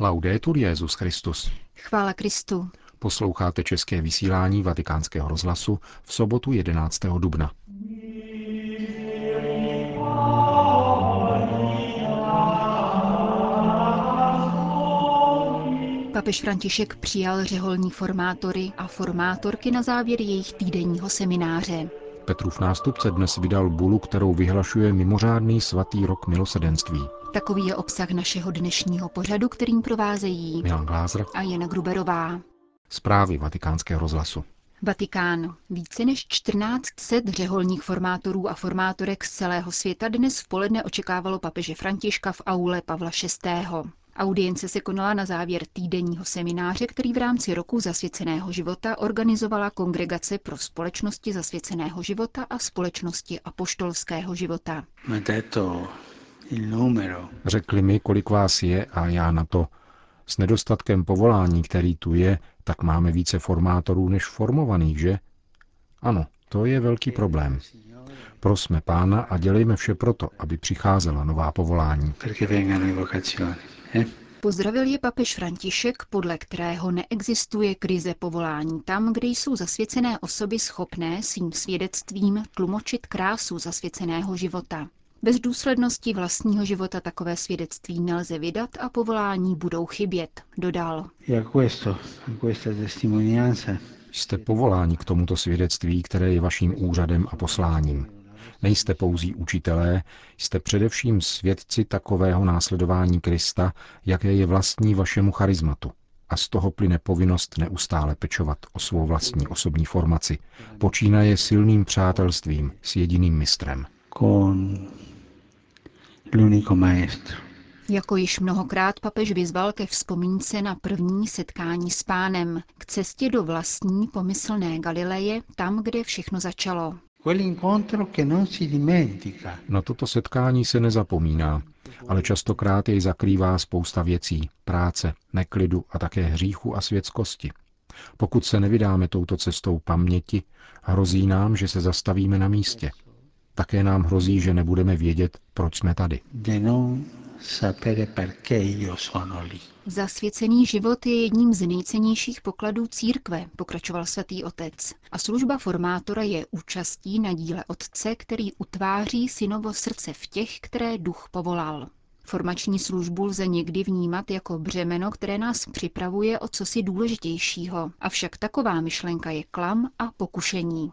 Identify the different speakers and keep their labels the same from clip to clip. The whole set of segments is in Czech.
Speaker 1: Laudetur Jesus Christus.
Speaker 2: Chvála Kristu.
Speaker 1: Posloucháte české vysílání Vatikánského rozhlasu v sobotu 11. dubna.
Speaker 2: Papež František přijal řeholní formátory a formátorky na závěr jejich týdenního semináře.
Speaker 1: Petrův nástupce dnes vydal bulu, kterou vyhlašuje mimořádný svatý rok milosrdenství.
Speaker 2: Takový je obsah našeho dnešního pořadu, kterým provázejí
Speaker 1: Milan Glázer
Speaker 2: a Jana Gruberová.
Speaker 1: Zprávy Vatikánského rozhlasu.
Speaker 2: Vatikán. Více než 1400 řeholních formátorů a formátorek z celého světa dnes v poledne očekávalo papeže Františka v aule Pavla VI. Audience se konala na závěr týdenního semináře, který v rámci roku zasvěceného života organizovala Kongregace pro společnosti zasvěceného života a společnosti apoštolského života.
Speaker 1: Řekli mi, kolik vás je, a já na to. S nedostatkem povolání, který tu je, tak máme více formátorů než formovaných, že? Ano, to je velký problém. Prosme Pána a dělejme vše proto, aby přicházela nová povolání.
Speaker 2: Pozdravil je papež František, podle kterého neexistuje krize povolání tam, kde jsou zasvěcené osoby schopné svým svědectvím tlumočit krásu zasvěceného života. Bez důslednosti vlastního života takové svědectví nelze vydat a povolání budou chybět, dodal.
Speaker 1: Jste povoláni k tomuto svědectví, které je vaším úřadem a posláním. Nejste pouzí učitelé, jste především svědci takového následování Krista, jaké je vlastní vašemu charizmatu. A z toho plyne povinnost neustále pečovat o svou vlastní osobní formaci, počínaje silným přátelstvím s jediným mistrem.
Speaker 2: Jako již mnohokrát papež vyzval ke vzpomínce na první setkání s Pánem, k cestě do vlastní pomyslné Galileje, tam, kde všechno začalo.
Speaker 1: Na toto setkání se nezapomíná, ale častokrát jej zakrývá spousta věcí, práce, neklidu a také hříchu a světskosti. Pokud se nevydáme touto cestou paměti, hrozí nám, že se zastavíme na místě. Také nám hrozí, že nebudeme vědět, proč jsme tady.
Speaker 2: Zasvěcený život je jedním z nejcennějších pokladů církve, pokračoval svatý otec. A služba formátora je účastí na díle otce, který utváří synovo srdce v těch, které duch povolal. Formační službu lze někdy vnímat jako břemeno, které nás připravuje o cosi důležitějšího. Avšak taková myšlenka je klam a pokušení.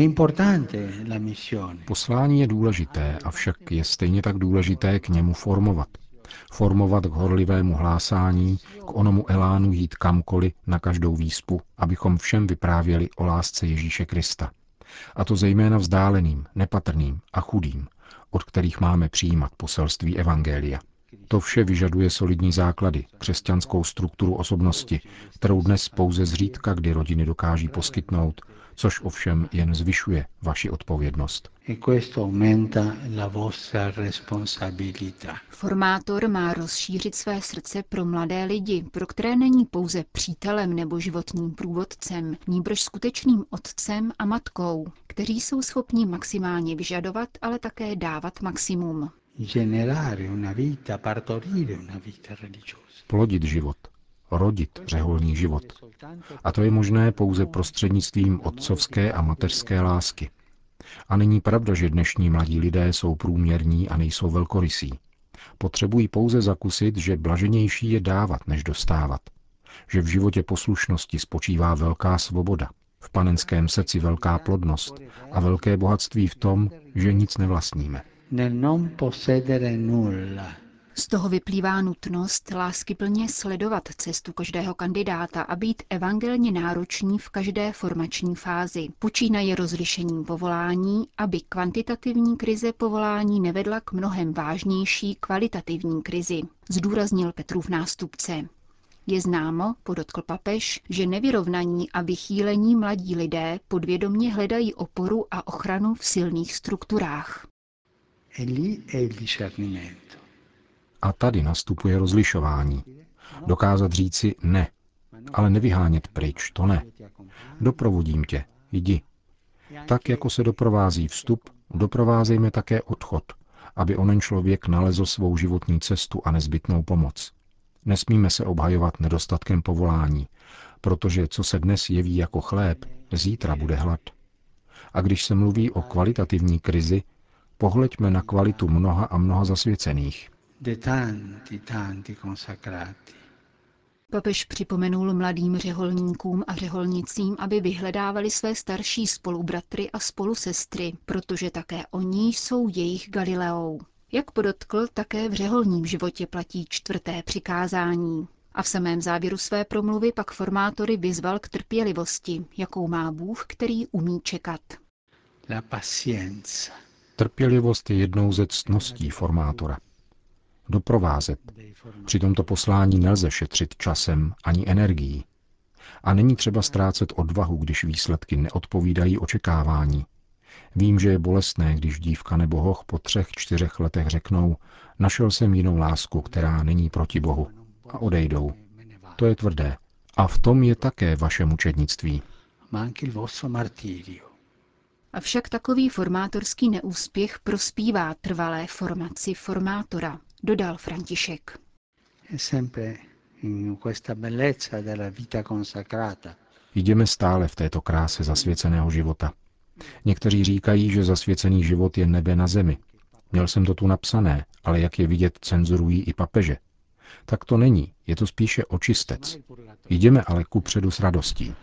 Speaker 1: Poslání je důležité, avšak je stejně tak důležité k němu formovat. Formovat k horlivému hlásání, k onomu elánu jít kamkoliv, na každou výspu, abychom všem vyprávěli o lásce Ježíše Krista. A to zejména vzdáleným, nepatrným a chudým, od kterých máme přijímat poselství evangelia. To vše vyžaduje solidní základy, křesťanskou strukturu osobnosti, kterou dnes pouze zřídka kdy rodiny dokáží poskytnout, což ovšem jen zvyšuje vaši odpovědnost.
Speaker 2: Formátor má rozšířit své srdce pro mladé lidi, pro které není pouze přítelem nebo životním průvodcem, nýbrž skutečným otcem a matkou, kteří jsou schopni maximálně vyžadovat, ale také dávat maximum.
Speaker 1: Plodit život, rodit řeholní život. A to je možné pouze prostřednictvím otcovské a mateřské lásky. A není pravda, že dnešní mladí lidé jsou průměrní a nejsou velkorysí. Potřebují pouze zakusit, že blaženější je dávat, než dostávat. Že v životě poslušnosti spočívá velká svoboda, v panenském srdci velká plodnost a velké bohatství v tom, že nic nevlastníme.
Speaker 2: Z toho vyplývá nutnost láskyplně sledovat cestu každého kandidáta a být evangelně náročný v každé formační fázi. Počínaje rozlišením povolání, aby kvantitativní krize povolání nevedla k mnohem vážnější kvalitativní krizi, zdůraznil Petrův nástupce. Je známo, podotkl papež, že nevyrovnaní a vychýlení mladí lidé podvědomě hledají oporu a ochranu v silných strukturách.
Speaker 1: A tady nastupuje rozlišování. Dokázat říci ne, ale nevyhánět pryč, to ne. Doprovodím tě, jdi. Tak, jako se doprovází vstup, doprovázejme také odchod, aby onen člověk nalezl svou životní cestu a nezbytnou pomoc. Nesmíme se obhajovat nedostatkem povolání, protože co se dnes jeví jako chléb, zítra bude hlad. A když se mluví o kvalitativní krizi, pohleďme na kvalitu mnoha a mnoha zasvěcených.
Speaker 2: Papež připomenul mladým řeholníkům a řeholnicím, aby vyhledávali své starší spolubratry a spolusestry, protože také oni jsou jejich Galileou. Jak podotkl, také v řeholním životě platí 4. přikázání. A v samém závěru své promluvy pak formátory vyzval k trpělivosti, jakou má Bůh, který umí čekat.
Speaker 1: Trpělivost je jednou ze ctností formátora. Doprovázet. Při tomto poslání nelze šetřit časem ani energií. A není třeba ztrácet odvahu, když výsledky neodpovídají očekávání. Vím, že je bolestné, když dívka nebo hoch po 3-4 letech řeknou, našel jsem jinou lásku, která není proti Bohu, a odejdou. To je tvrdé. A v tom je také vaše mučednictví.
Speaker 2: Avšak takový formátorský neúspěch prospívá trvalé formaci formátora, dodal František.
Speaker 1: Jdeme stále v této kráse zasvěceného života. Někteří říkají, že zasvěcený život je nebe na zemi. Měl jsem to tu napsané, ale jak je vidět, cenzurují i papeže. Tak to není, je to spíše očistec. Jdeme ale kupředu s radostí.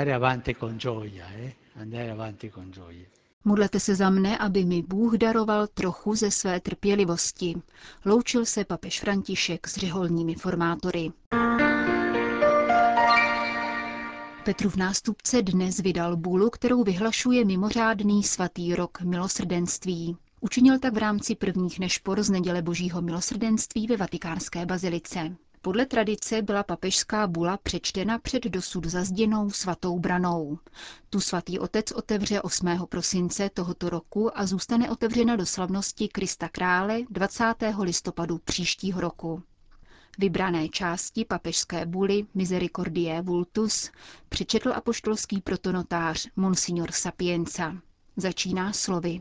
Speaker 2: Modlete se za mne, aby mi Bůh daroval trochu ze své trpělivosti. Loučil se papež František s řeholními formátory. Petrův nástupce dnes vydal bulu, kterou vyhlašuje mimořádný svatý rok milosrdenství. Učinil tak v rámci prvních nešpor z neděle Božího milosrdenství ve Vatikánské bazilice. Podle tradice byla papežská bula přečtena před dosud zazděnou svatou branou. Tu svatý otec otevře 8. prosince tohoto roku a zůstane otevřena do slavnosti Krista Krále 20. listopadu příštího roku. Vybrané části papežské buly Misericordiae Vultus přečetl apoštolský protonotář Monsignor Sapienza. Začíná slovy.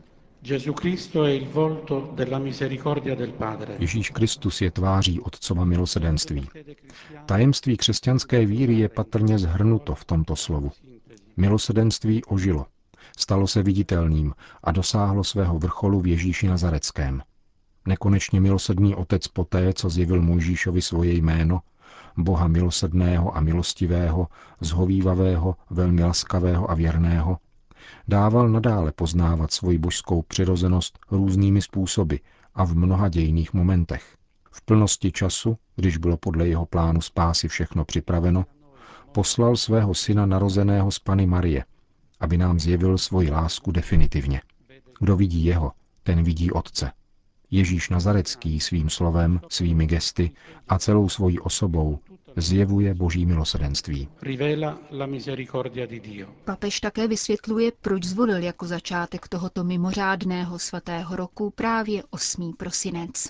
Speaker 1: Ježíš Kristus je tváří Otcova milosrdenství. Tajemství křesťanské víry je patrně shrnuto v tomto slovu. Milosrdenství ožilo, stalo se viditelným a dosáhlo svého vrcholu v Ježíši Nazareckém. Nekonečně milosrdný Otec poté, co zjevil Mojžíšovi svoje jméno, Boha milosrdného a milostivého, zhovívavého, velmi laskavého a věrného, dával nadále poznávat svoji božskou přirozenost různými způsoby a v mnoha dějných momentech. V plnosti času, když bylo podle jeho plánu spásy všechno připraveno, poslal svého syna narozeného z Panny Marie, aby nám zjevil svoji lásku definitivně. Kdo vidí jeho, ten vidí Otce. Ježíš Nazarecký svým slovem, svými gesty a celou svojí osobou zjevuje Boží milosrdenství.
Speaker 2: Papež také vysvětluje, proč zvolil jako začátek tohoto mimořádného svatého roku právě 8. prosinec.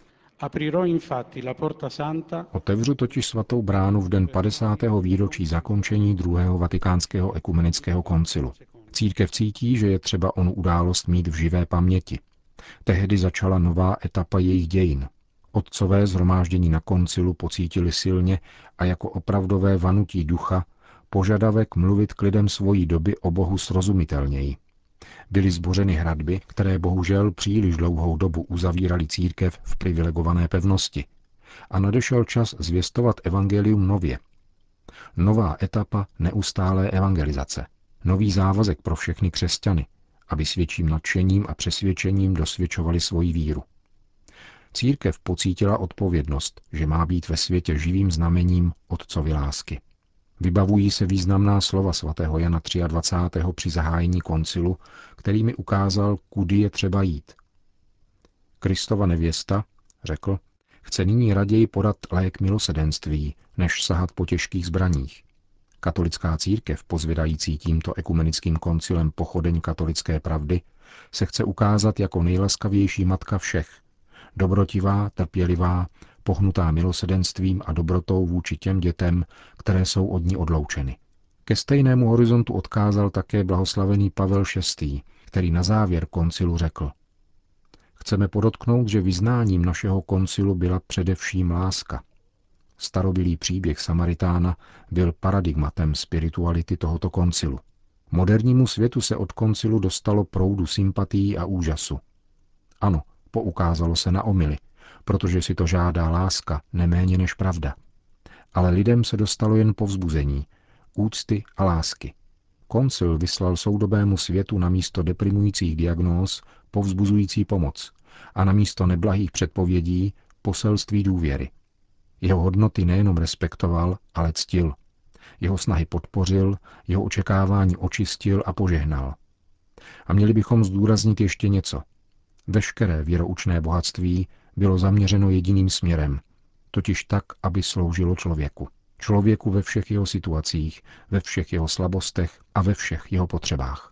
Speaker 1: Otevřu totiž svatou bránu v den 50. výročí zakončení druhého vatikánského ekumenického koncilu. Církev cítí, že je třeba onu událost mít v živé paměti. Tehdy začala nová etapa jejich dějin. Otcové shromáždění na koncilu pocítili silně a jako opravdové vanutí ducha požadavek mluvit k lidem svojí doby o Bohu srozumitelněji. Byly zbořeny hradby, které bohužel příliš dlouhou dobu uzavíraly církev v privilegované pevnosti. A nadešel čas zvěstovat evangelium nově. Nová etapa neustálé evangelizace. Nový závazek pro všechny křesťany, aby s větším nadšením a přesvědčením dosvědčovali svoji víru. Církev pocítila odpovědnost, že má být ve světě živým znamením Otcovy lásky. Vybavují se významná slova svatého Jana 23. při zahájení koncilu, který mi ukázal, kudy je třeba jít. Kristova nevěsta, řekl, chce nyní raději podat lék milosrdenství, než sahat po těžkých zbraních. Katolická církev, pozvědající tímto ekumenickým koncilem pochodeň katolické pravdy, se chce ukázat jako nejlaskavější matka všech, dobrotivá, trpělivá, pohnutá milosrdenstvím a dobrotou vůči těm dětem, které jsou od ní odloučeny. Ke stejnému horizontu odkázal také blahoslavený Pavel VI., který na závěr koncilu řekl: Chceme podotknout, že vyznáním našeho koncilu byla především láska. Starobylý příběh Samaritána byl paradigmatem spirituality tohoto koncilu. Modernímu světu se od koncilu dostalo proudu sympatií a úžasu. Ano, poukázalo se na omyly, protože si to žádá láska neméně než pravda. Ale lidem se dostalo jen povzbuzení, úcty a lásky. Koncil vyslal soudobému světu namísto deprimujících diagnóz povzbuzující pomoc a namísto neblahých předpovědí poselství důvěry. Jeho hodnoty nejenom respektoval, ale ctil. Jeho snahy podpořil, jeho očekávání očistil a požehnal. A měli bychom zdůraznit ještě něco. Veškeré věroučné bohatství bylo zaměřeno jediným směrem, totiž tak, aby sloužilo člověku. Člověku ve všech jeho situacích, ve všech jeho slabostech a ve všech jeho potřebách.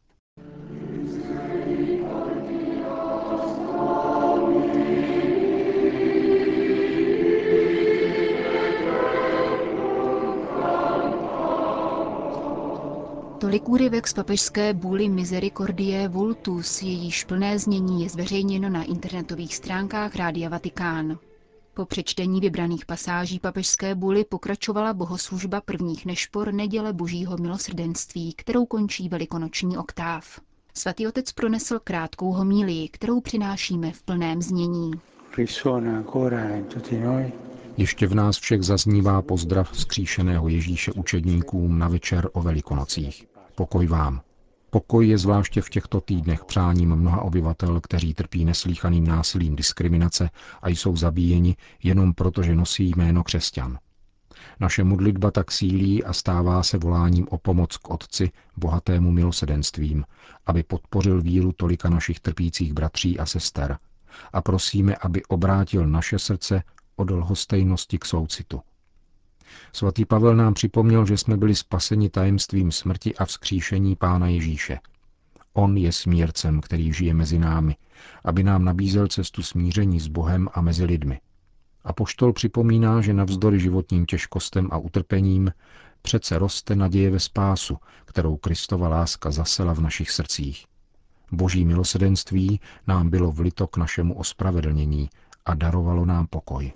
Speaker 2: Tolik úryvek z papežské buly Misericordiae Vultus, jejíž plné znění je zveřejněno na internetových stránkách Rádia Vatikán. Po přečtení vybraných pasáží papežské buly pokračovala bohoslužba prvních nešpor neděle Božího milosrdenství, kterou končí velikonoční oktáv. Svatý otec pronesl krátkou homílii, kterou přinášíme v plném znění.
Speaker 1: Ještě v nás všech zaznívá pozdrav vzkříšeného Ježíše učedníkům na večer o Velikonocích. Pokoj vám. Pokoj je zvláště v těchto týdnech přáním mnoha obyvatel, kteří trpí neslýchaným násilím diskriminace a jsou zabíjeni jenom proto, že nosí jméno křesťan. Naše modlitba tak sílí a stává se voláním o pomoc k Otci, bohatému milosrdenstvím, aby podpořil víru tolika našich trpících bratří a sester. A prosíme, aby obrátil naše srdce od lhostejnosti k soucitu. Svatý Pavel nám připomněl, že jsme byli spaseni tajemstvím smrti a vzkříšení Pána Ježíše. On je smírcem, který žije mezi námi, aby nám nabízel cestu smíření s Bohem a mezi lidmi. Apoštol připomíná, že navzdory životním těžkostem a utrpením přece roste naděje ve spásu, kterou Kristova láska zasela v našich srdcích. Boží milosrdenství nám bylo vlito k našemu ospravedlnění a darovalo nám pokoj.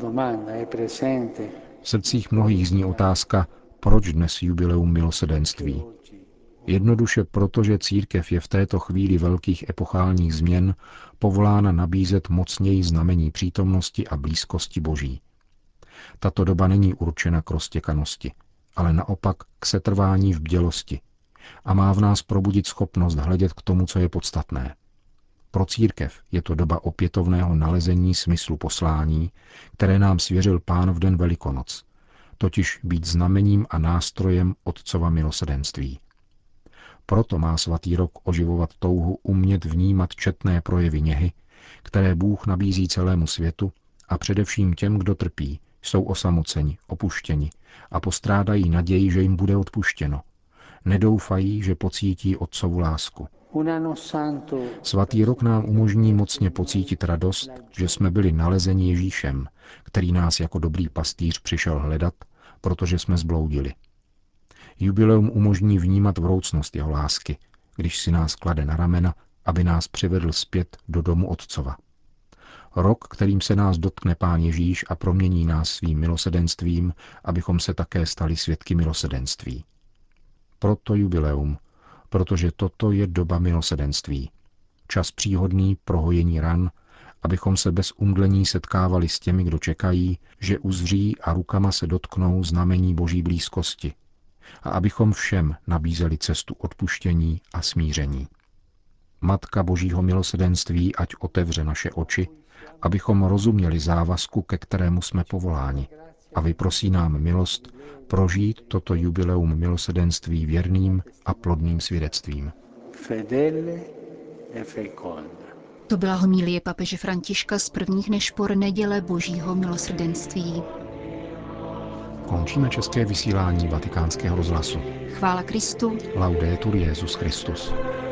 Speaker 1: V srdcích mnohých zní otázka, proč dnes jubileum milosrdenství. Jednoduše proto, že církev je v této chvíli velkých epochálních změn povolána nabízet mocněji znamení přítomnosti a blízkosti Boží. Tato doba není určena k roztěkanosti, ale naopak k setrvání v bdělosti a má v nás probudit schopnost hledět k tomu, co je podstatné. Pro církev je to doba opětovného nalezení smyslu poslání, které nám svěřil Pán v den Velikonoc, totiž být znamením a nástrojem Otcova milosrdenství. Proto má svatý rok oživovat touhu umět vnímat četné projevy něhy, které Bůh nabízí celému světu a především těm, kdo trpí, jsou osamoceni, opuštěni a postrádají naději, že jim bude odpuštěno. Nedoufají, že pocítí Otcovu lásku. Svatý rok nám umožní mocně pocítit radost, že jsme byli nalezeni Ježíšem, který nás jako dobrý pastýř přišel hledat, protože jsme zbloudili. Jubileum umožní vnímat vroucnost jeho lásky, když si nás klade na ramena, aby nás přivedl zpět do domu Otcova. Rok, kterým se nás dotkne Pán Ježíš a promění nás svým milosrdenstvím, abychom se také stali svědky milosrdenství. Proto jubileum, protože toto je doba milosrdenství. Čas příhodný pro hojení ran, abychom se bez umdlení setkávali s těmi, kdo čekají, že uzří a rukama se dotknou znamení Boží blízkosti, a abychom všem nabízeli cestu odpuštění a smíření. Matka Božího milosrdenství ať otevře naše oči, abychom rozuměli závazku, ke kterému jsme povoláni, a vyprosí nám milost prožít toto jubileum milosrdenství věrným a plodným svědectvím.
Speaker 2: To byla homilie papeže Františka z prvních nešpor neděle Božího milosrdenství.
Speaker 1: Končíme české vysílání Vatikánského rozhlasu.
Speaker 2: Chvála Kristu.
Speaker 1: Laudetur Jesus Christus.